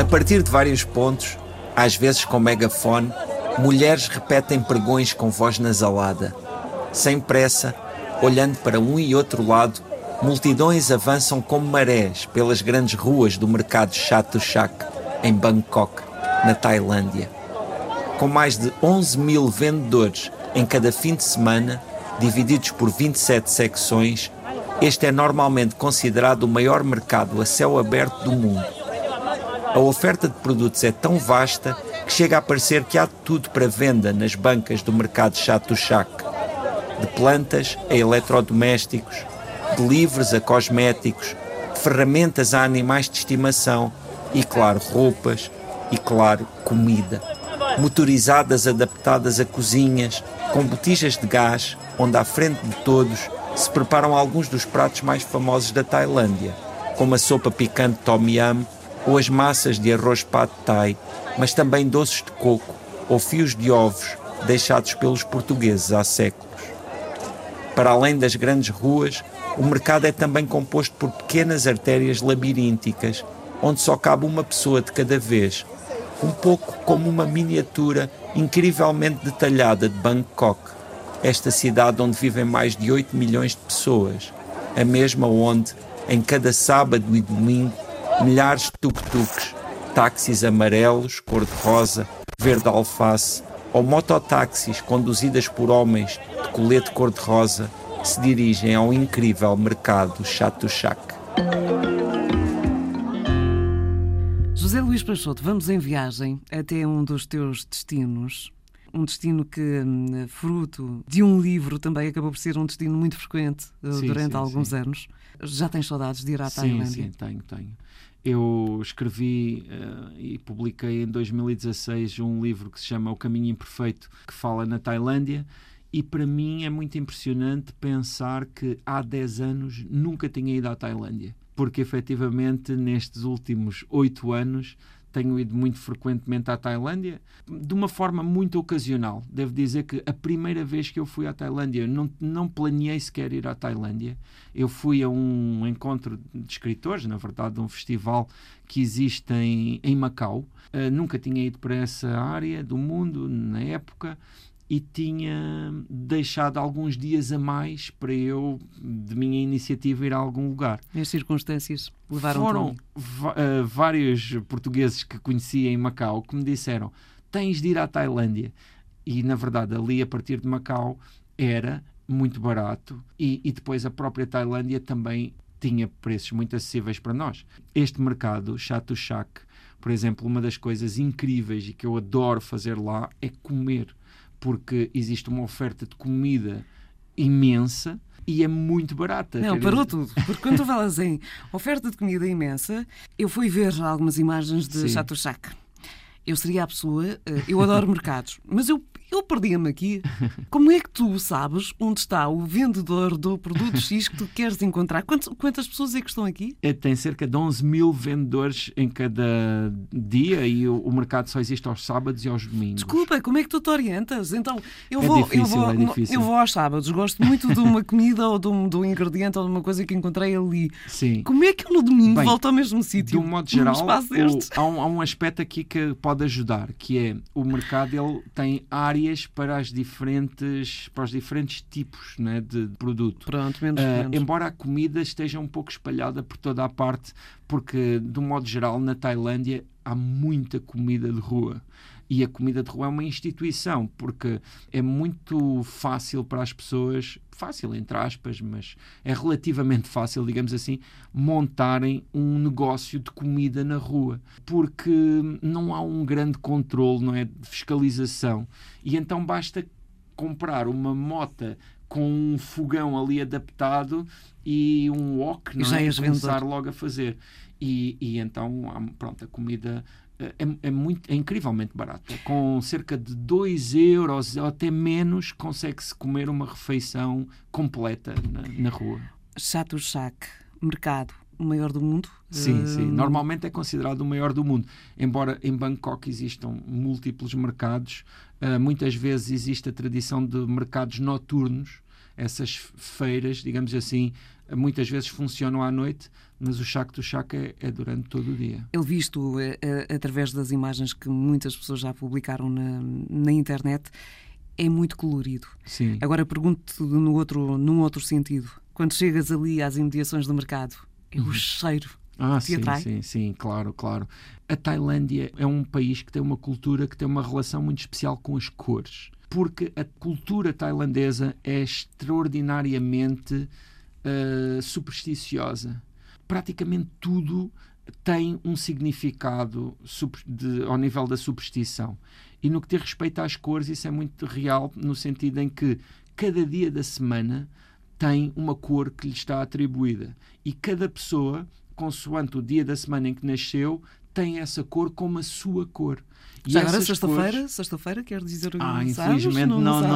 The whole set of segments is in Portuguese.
A partir de vários pontos, às vezes com megafone, mulheres repetem pregões com voz nasalada. Sem pressa, olhando para um e outro lado, multidões avançam como marés pelas grandes ruas do mercado Chatuchak, em Bangkok, na Tailândia. Com mais de 11 mil vendedores em cada fim de semana, divididos por 27 secções, este é normalmente considerado o maior mercado a céu aberto do mundo. A oferta de produtos é tão vasta que chega a parecer que há tudo para venda nas bancas do mercado Chatuchak. De plantas a eletrodomésticos, de livros a cosméticos, de ferramentas a animais de estimação e, claro, roupas e, claro, comida. Motorizadas adaptadas a cozinhas, com botijas de gás, onde à frente de todos se preparam alguns dos pratos mais famosos da Tailândia, como a sopa picante Tom Yum ou as massas de arroz Pad Thai, mas também doces de coco ou fios de ovos deixados pelos portugueses há séculos. Para além das grandes ruas, o mercado é também composto por pequenas artérias labirínticas, onde só cabe uma pessoa de cada vez, um pouco como uma miniatura incrivelmente detalhada de Bangkok, esta cidade onde vivem mais de 8 milhões de pessoas, a mesma onde, em cada sábado e domingo, milhares de tuk-tuks, táxis amarelos, cor-de-rosa, verde alface, ou mototáxis conduzidas por homens de colete cor-de-rosa, se dirigem ao incrível mercado Chatuchak. José Luís Peixoto, vamos em viagem até um dos teus destinos. Um destino que, fruto de um livro, também acabou por ser um destino muito frequente durante alguns anos. Já tens saudades de ir à Tailândia? Sim, tenho. Eu escrevi e publiquei em 2016 um livro que se chama O Caminho Imperfeito, que fala na Tailândia, e para mim é muito impressionante pensar que há 10 anos nunca tinha ido à Tailândia, porque efetivamente nestes últimos 8 anos tenho ido muito frequentemente à Tailândia, de uma forma muito ocasional. Devo dizer que a primeira vez que eu fui à Tailândia, não planeei sequer ir à Tailândia. Eu fui a um encontro de escritores, na verdade, um festival que existe em Macau. Nunca tinha ido para essa área do mundo, na época, e tinha deixado alguns dias a mais para eu, de minha iniciativa, ir a algum lugar. As circunstâncias levaram-te? Foram vários portugueses que conheci em Macau que me disseram: tens de ir à Tailândia. E, na verdade, ali, a partir de Macau, era muito barato e depois a própria Tailândia também tinha preços muito acessíveis para nós. Este mercado, Chatuchak, por exemplo, uma das coisas incríveis e que eu adoro fazer lá é comer, porque existe uma oferta de comida imensa e é muito barata. Não, parou tudo. Porque quando tu falas em oferta de comida imensa, eu fui ver algumas imagens de Chatuchak. Eu seria a pessoa... Eu adoro mercados, mas eu perdia-me aqui. Como é que tu sabes onde está o vendedor do produto X que tu queres encontrar? Quantas pessoas é que estão aqui? Tem cerca de 11 mil vendedores em cada dia e o mercado só existe aos sábados e aos domingos. Desculpa, como é que tu te orientas? Então, É difícil. Eu vou aos sábados, gosto muito de uma comida ou de um ingrediente ou de uma coisa que encontrei ali. Sim. Como é que eu no domingo volto ao mesmo sítio? De um modo geral, há um aspecto aqui que pode ajudar, que é o mercado ele tem áreas para os diferentes tipos, né, de produto. Pronto, menos. Embora a comida esteja um pouco espalhada por toda a parte, porque, de um modo geral, na Tailândia há muita comida de rua. E a comida de rua é uma instituição, porque é muito fácil para as pessoas, fácil entre aspas, mas é relativamente fácil, digamos assim, montarem um negócio de comida na rua, porque não há um grande controle, não é, de fiscalização. E então basta comprar uma mota com um fogão ali adaptado e um wok, não é? E começar logo a fazer. E então, pronto, a comida é incrivelmente barata. Com cerca de 2 euros ou até menos, consegue-se comer uma refeição completa na rua. Chatuchak, mercado, o maior do mundo? Sim. Normalmente é considerado o maior do mundo. Embora em Bangkok existam múltiplos mercados, muitas vezes existe a tradição de mercados noturnos. Essas feiras, digamos assim, muitas vezes funcionam à noite. Mas o Chak do Chak é durante todo o dia. Ele visto através das imagens que muitas pessoas já publicaram na internet, é muito colorido. Sim. Agora pergunto-te num outro sentido. Quando chegas ali às imediações do mercado, é o cheiro que te atrai? Sim, claro. A Tailândia é um país que tem uma cultura, que tem uma relação muito especial com as cores. Porque a cultura tailandesa é extraordinariamente supersticiosa. Praticamente tudo tem um significado ao nível da superstição. E no que diz respeito às cores, isso é muito real, no sentido em que cada dia da semana tem uma cor que lhe está atribuída. E cada pessoa, consoante o dia da semana em que nasceu, tem essa cor como a sua cor. E já agora, sexta-feira, quer dizer... infelizmente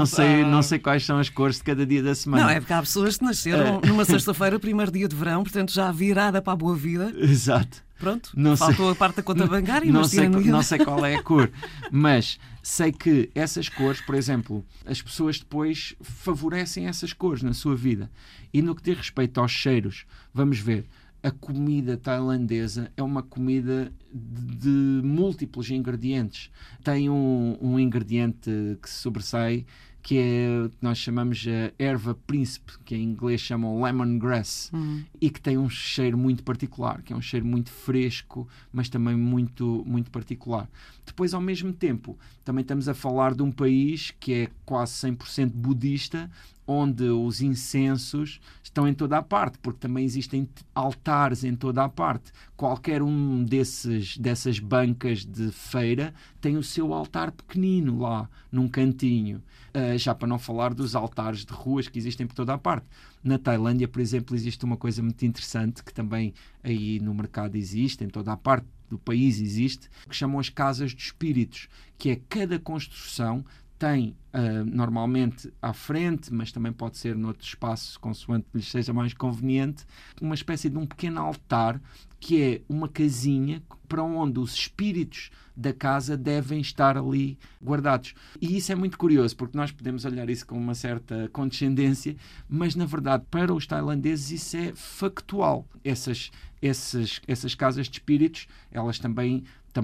não sei quais são as cores de cada dia da semana. Não, é porque há pessoas que nasceram numa sexta-feira, primeiro dia de verão, portanto já virada para a boa vida. Exato. Pronto, faltou a parte da conta bancária. Não sei qual é a cor, mas sei que essas cores, por exemplo, as pessoas depois favorecem essas cores na sua vida. E no que diz respeito aos cheiros, vamos ver, a comida tailandesa é uma comida de múltiplos ingredientes. Tem um ingrediente que se sobressai, que é o que nós chamamos a erva príncipe, que em inglês chamam lemongrass, e que tem um cheiro muito particular, que é um cheiro muito fresco, mas também muito, muito particular. Depois, ao mesmo tempo, também estamos a falar de um país que é quase 100% budista, onde os incensos estão em toda a parte, porque também existem altares em toda a parte. Qualquer um dessas bancas de feira tem o seu altar pequenino lá, num cantinho. Já para não falar dos altares de ruas que existem por toda a parte. Na Tailândia, por exemplo, existe uma coisa muito interessante, que também aí no mercado existe, em toda a parte do país existe, que chamam as casas de espíritos, que é cada construção tem normalmente à frente, mas também pode ser noutro espaço, consoante lhes seja mais conveniente, uma espécie de um pequeno altar, que é uma casinha para onde os espíritos da casa devem estar ali guardados. E isso é muito curioso, porque nós podemos olhar isso com uma certa condescendência, mas na verdade para os tailandeses isso é factual. Essas casas de espíritos, elas também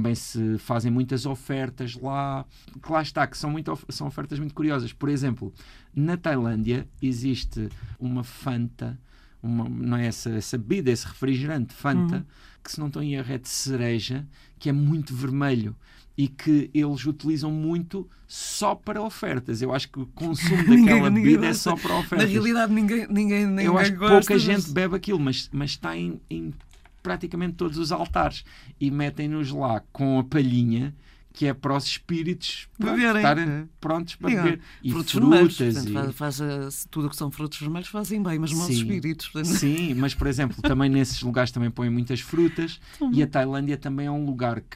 se fazem muitas ofertas lá. Que lá está, que são ofertas muito curiosas. Por exemplo, na Tailândia existe uma Fanta, não é essa bebida, esse refrigerante Fanta, que se não estou em erro é de cereja, que é muito vermelho e que eles utilizam muito só para ofertas. Eu acho que o consumo daquela bebida é só para ofertas. Na realidade ninguém eu acho que gosta, pouca gente bebe aquilo, mas está em praticamente todos os altares e metem-nos lá com a palhinha, que é para os espíritos estarem prontos para beber. E frutos vermelhos. Portanto, tudo o que são frutos vermelhos fazem bem, mas não os espíritos. Portanto... Sim, mas por exemplo, também nesses lugares também põem muitas frutas e a Tailândia também é um lugar que,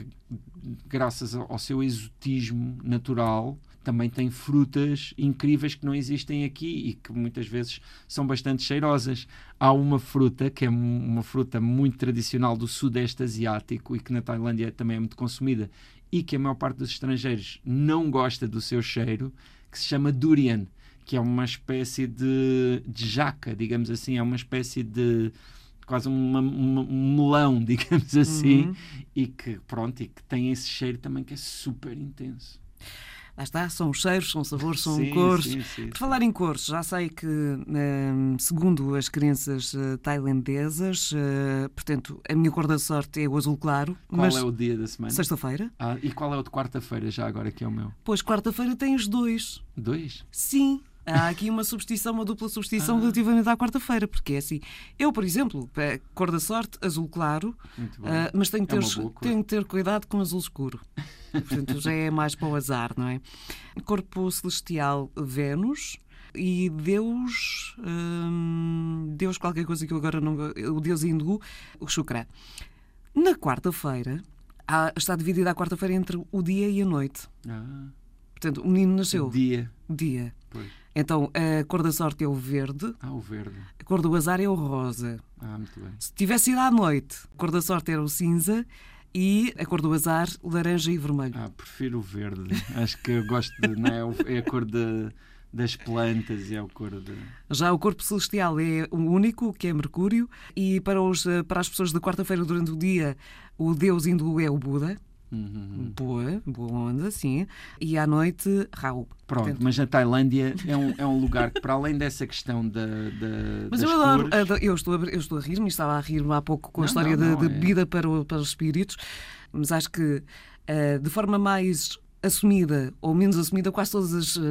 graças ao seu exotismo natural, também tem frutas incríveis que não existem aqui e que muitas vezes são bastante cheirosas. Há uma fruta que é uma fruta muito tradicional do Sudeste Asiático e que na Tailândia também é muito consumida e que a maior parte dos estrangeiros não gosta do seu cheiro, que se chama durian, que é uma espécie de jaca, digamos assim, é uma espécie de quase um melão, digamos assim, e que tem esse cheiro também que é super intenso. Lá está, são os cheiros, são sabores, são cores. Sim. Por falar em cores, já sei que, segundo as crenças tailandesas, portanto, a minha cor da sorte é o azul claro. Qual é o dia da semana? Sexta-feira. E qual é o de quarta-feira, já agora, que é o meu? Pois, quarta-feira tem os dois. Dois? Sim. Há aqui uma dupla substituição relativamente à quarta-feira, porque é assim. Eu, por exemplo, cor da sorte, azul claro, mas tenho que ter cuidado com azul escuro. Portanto, já é mais para o azar, não é? Corpo celestial, Vênus. E Deus qualquer coisa que eu agora não... O Deus hindu, o Shukra. Na quarta-feira, está dividida a quarta-feira entre o dia e a noite. Portanto, o menino nasceu. Dia. Pois. Então, a cor da sorte é o verde. O verde. A cor do azar é o rosa. Muito bem. Se tivesse ido à noite, a cor da sorte era o cinza e a cor do azar, laranja e vermelho. Prefiro o verde. Acho que eu gosto de... Não é a cor das plantas e à cor de... Já o corpo celestial é o único, que é Mercúrio, e para as pessoas da quarta-feira durante o dia, o deus hindu é o Buda. Boa onda, sim. E à noite, Rahu. Pronto, portanto... mas a Tailândia é um lugar que, para além dessa questão Mas das eu adoro, cores... eu estou a rir-me, estava a rir-me há pouco com a história de bebida para os espíritos, mas acho que de forma mais assumida ou menos assumida, quase todas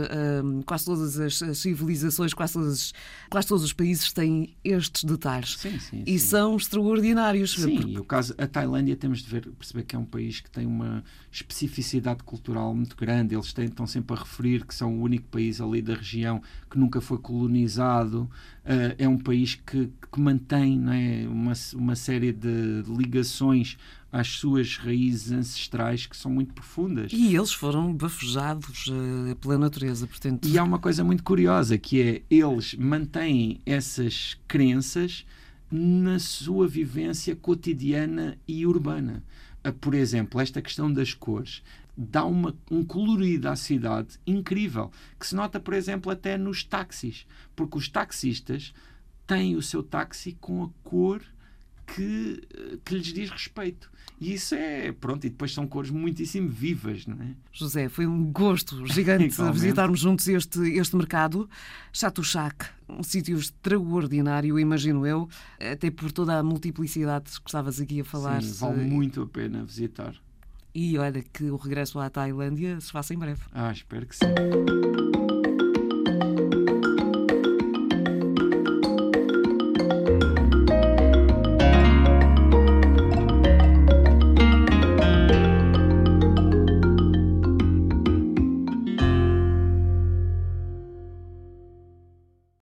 as civilizações, quase todos os países têm estes detalhes. Sim. E são extraordinários. Sim, e o caso, a Tailândia, temos de perceber que é um país que tem uma especificidade cultural muito grande. Eles estão sempre a referir que são o único país ali da região que nunca foi colonizado. É um país que mantém, não é, uma série de ligações às suas raízes ancestrais, que são muito profundas. E eles foram bafejados pela natureza, portanto... E há uma coisa muito curiosa, que é, eles mantêm essas crenças na sua vivência cotidiana e urbana. Por exemplo, esta questão das cores dá um colorido à cidade incrível, que se nota, por exemplo, até nos táxis, porque os taxistas têm o seu táxi com a cor que lhes diz respeito. E isso é, pronto, e depois são cores muitíssimo vivas, não é? José, foi um gosto gigante visitarmos juntos este mercado. Chatuchak, um sítio extraordinário, imagino eu, até por toda a multiplicidade que estavas aqui a falar. Sim, vale muito a pena visitar. E olha que o regresso à Tailândia se faça em breve. Espero que sim.